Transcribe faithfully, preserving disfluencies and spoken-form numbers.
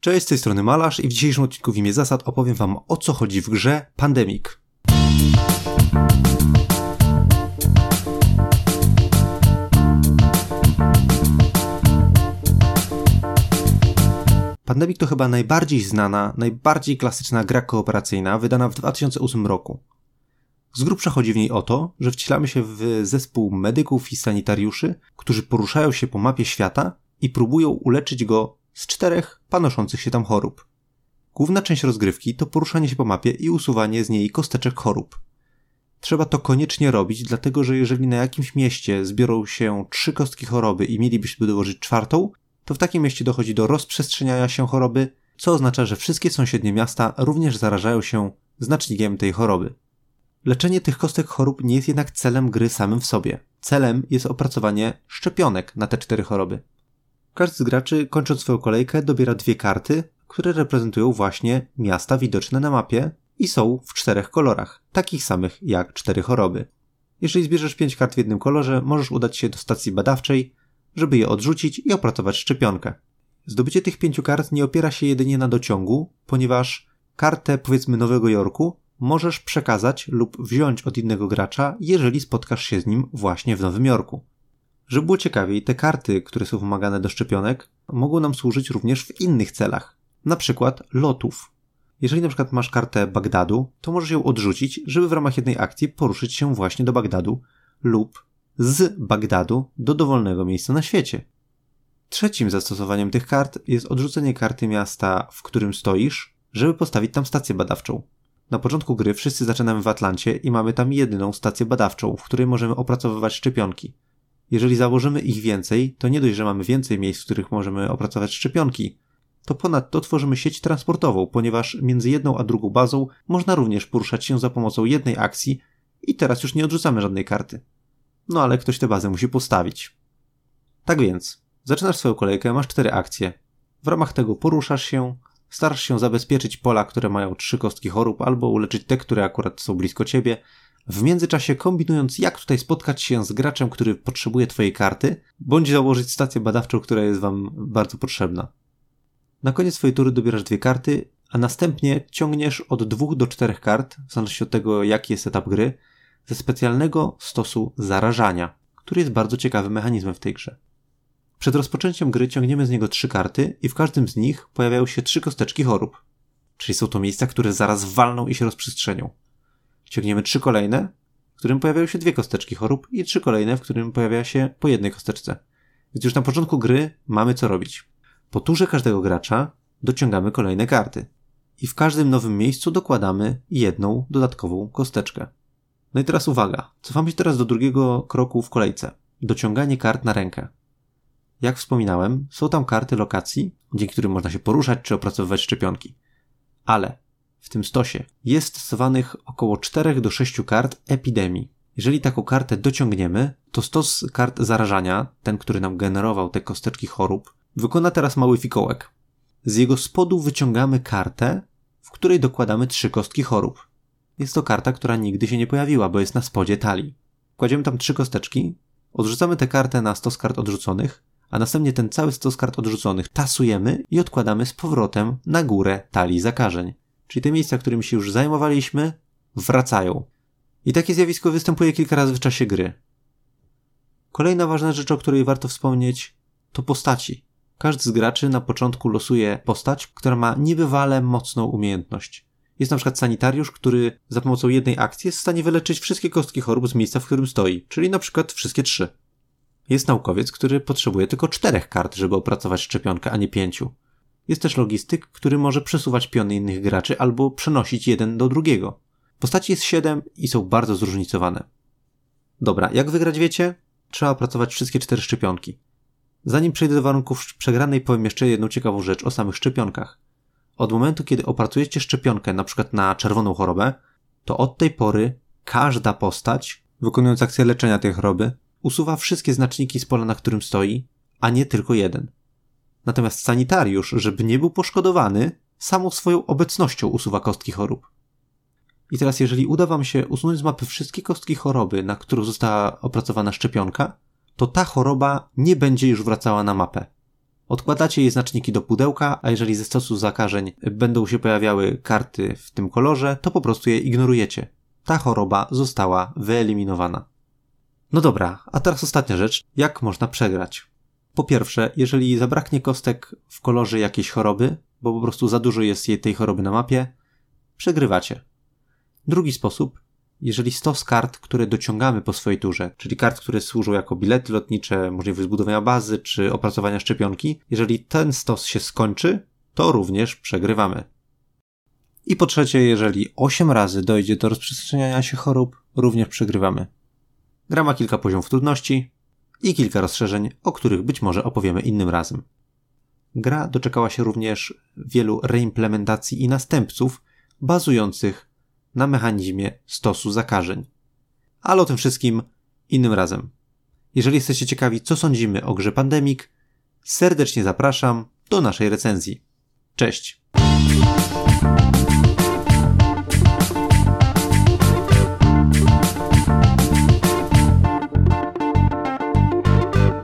Cześć, z tej strony Malarz i w dzisiejszym odcinku w imię zasad opowiem wam, o co chodzi w grze Pandemic. Pandemic to chyba najbardziej znana, najbardziej klasyczna gra kooperacyjna wydana w dwa tysiące ósmym roku. Z grubsza chodzi w niej o to, że wcielamy się w zespół medyków i sanitariuszy, którzy poruszają się po mapie świata i próbują uleczyć go z czterech panoszących się tam chorób. Główna część rozgrywki to poruszanie się po mapie i usuwanie z niej kosteczek chorób. Trzeba to koniecznie robić, dlatego że jeżeli na jakimś mieście zbiorą się trzy kostki choroby i mielibyśmy dołożyć czwartą, to w takim mieście dochodzi do rozprzestrzeniania się choroby, co oznacza, że wszystkie sąsiednie miasta również zarażają się znacznikiem tej choroby. Leczenie tych kostek chorób nie jest jednak celem gry samym w sobie. Celem jest opracowanie szczepionek na te cztery choroby. Każdy z graczy, kończąc swoją kolejkę, dobiera dwie karty, które reprezentują właśnie miasta widoczne na mapie i są w czterech kolorach, takich samych jak cztery choroby. Jeżeli zbierzesz pięć kart w jednym kolorze, możesz udać się do stacji badawczej, żeby je odrzucić i opracować szczepionkę. Zdobycie tych pięciu kart nie opiera się jedynie na dociągu, ponieważ kartę, powiedzmy, Nowego Jorku możesz przekazać lub wziąć od innego gracza, jeżeli spotkasz się z nim właśnie w Nowym Jorku. Żeby było ciekawiej, te karty, które są wymagane do szczepionek, mogą nam służyć również w innych celach, na przykład lotów. Jeżeli na przykład masz kartę Bagdadu, to możesz ją odrzucić, żeby w ramach jednej akcji poruszyć się właśnie do Bagdadu lub z Bagdadu do dowolnego miejsca na świecie. Trzecim zastosowaniem tych kart jest odrzucenie karty miasta, w którym stoisz, żeby postawić tam stację badawczą. Na początku gry wszyscy zaczynamy w Atlancie i mamy tam jedyną stację badawczą, w której możemy opracowywać szczepionki. Jeżeli założymy ich więcej, to nie dość, że mamy więcej miejsc, w których możemy opracować szczepionki, to ponadto tworzymy sieć transportową, ponieważ między jedną a drugą bazą można również poruszać się za pomocą jednej akcji i teraz już nie odrzucamy żadnej karty. No ale ktoś tę bazę musi postawić. Tak więc, zaczynasz swoją kolejkę, masz cztery akcje. W ramach tego poruszasz się, starasz się zabezpieczyć pola, które mają trzy kostki chorób, albo uleczyć te, które akurat są blisko ciebie, w międzyczasie kombinując, jak tutaj spotkać się z graczem, który potrzebuje twojej karty, bądź założyć stację badawczą, która jest wam bardzo potrzebna. Na koniec swojej tury dobierasz dwie karty, a następnie ciągniesz od dwóch do czterech kart, w zależności od tego, jaki jest etap gry, ze specjalnego stosu zarażania, który jest bardzo ciekawym mechanizmem w tej grze. Przed rozpoczęciem gry ciągniemy z niego trzy karty i w każdym z nich pojawiają się trzy kosteczki chorób, czyli są to miejsca, które zaraz walną i się rozprzestrzenią. Ciągniemy trzy kolejne, w którym pojawiają się dwie kosteczki chorób i trzy kolejne, w którym pojawia się po jednej kosteczce. Więc już na początku gry mamy co robić. Po turze każdego gracza dociągamy kolejne karty i w każdym nowym miejscu dokładamy jedną dodatkową kosteczkę. No i teraz uwaga, cofamy się teraz do drugiego kroku w kolejce. Dociąganie kart na rękę. Jak wspominałem, są tam karty lokacji, dzięki którym można się poruszać czy opracowywać szczepionki. Ale w tym stosie jest stosowanych około czterech do sześciu kart epidemii. Jeżeli taką kartę dociągniemy, to stos kart zarażania, ten, który nam generował te kosteczki chorób, wykona teraz mały fikołek. Z jego spodu wyciągamy kartę, w której dokładamy trzy kostki chorób. Jest to karta, która nigdy się nie pojawiła, bo jest na spodzie talii. Kładziemy tam trzy kosteczki, odrzucamy tę kartę na stos kart odrzuconych, a następnie ten cały stos kart odrzuconych tasujemy i odkładamy z powrotem na górę talii zakażeń. Czyli te miejsca, którymi się już zajmowaliśmy, wracają. I takie zjawisko występuje kilka razy w czasie gry. Kolejna ważna rzecz, o której warto wspomnieć, to postaci. Każdy z graczy na początku losuje postać, która ma niebywale mocną umiejętność. Jest na przykład sanitariusz, który za pomocą jednej akcji jest w stanie wyleczyć wszystkie kostki chorób z miejsca, w którym stoi, czyli na przykład wszystkie trzy. Jest naukowiec, który potrzebuje tylko czterech kart, żeby opracować szczepionkę, a nie pięciu. Jest też logistyk, który może przesuwać piony innych graczy albo przenosić jeden do drugiego. Postaci jest siedem i są bardzo zróżnicowane. Dobra, jak wygrać wiecie? Trzeba opracować wszystkie cztery szczepionki. Zanim przejdę do warunków przegranej, powiem jeszcze jedną ciekawą rzecz o samych szczepionkach. Od momentu, kiedy opracujecie szczepionkę na przykład na czerwoną chorobę, to od tej pory każda postać, wykonując akcję leczenia tej choroby, usuwa wszystkie znaczniki z pola, na którym stoi, a nie tylko jeden. Natomiast sanitariusz, żeby nie był poszkodowany, samą swoją obecnością usuwa kostki chorób. I teraz jeżeli uda wam się usunąć z mapy wszystkie kostki choroby, na którą została opracowana szczepionka, to ta choroba nie będzie już wracała na mapę. Odkładacie jej znaczniki do pudełka, a jeżeli ze stosu zakażeń będą się pojawiały karty w tym kolorze, to po prostu je ignorujecie. Ta choroba została wyeliminowana. No dobra, a teraz ostatnia rzecz. Jak można przegrać? Po pierwsze, jeżeli zabraknie kostek w kolorze jakiejś choroby, bo po prostu za dużo jest jej tej choroby na mapie, przegrywacie. Drugi sposób, jeżeli stos kart, które dociągamy po swojej turze, czyli kart, które służą jako bilety lotnicze, możliwość zbudowania bazy czy opracowania szczepionki, jeżeli ten stos się skończy, to również przegrywamy. I po trzecie, jeżeli osiem razy dojdzie do rozprzestrzeniania się chorób, również przegrywamy. Gra ma kilka poziomów trudności i kilka rozszerzeń, o których być może opowiemy innym razem. Gra doczekała się również wielu reimplementacji i następców bazujących na mechanizmie stosu zakażeń. Ale o tym wszystkim innym razem. Jeżeli jesteście ciekawi, co sądzimy o grze Pandemic, serdecznie zapraszam do naszej recenzji. Cześć!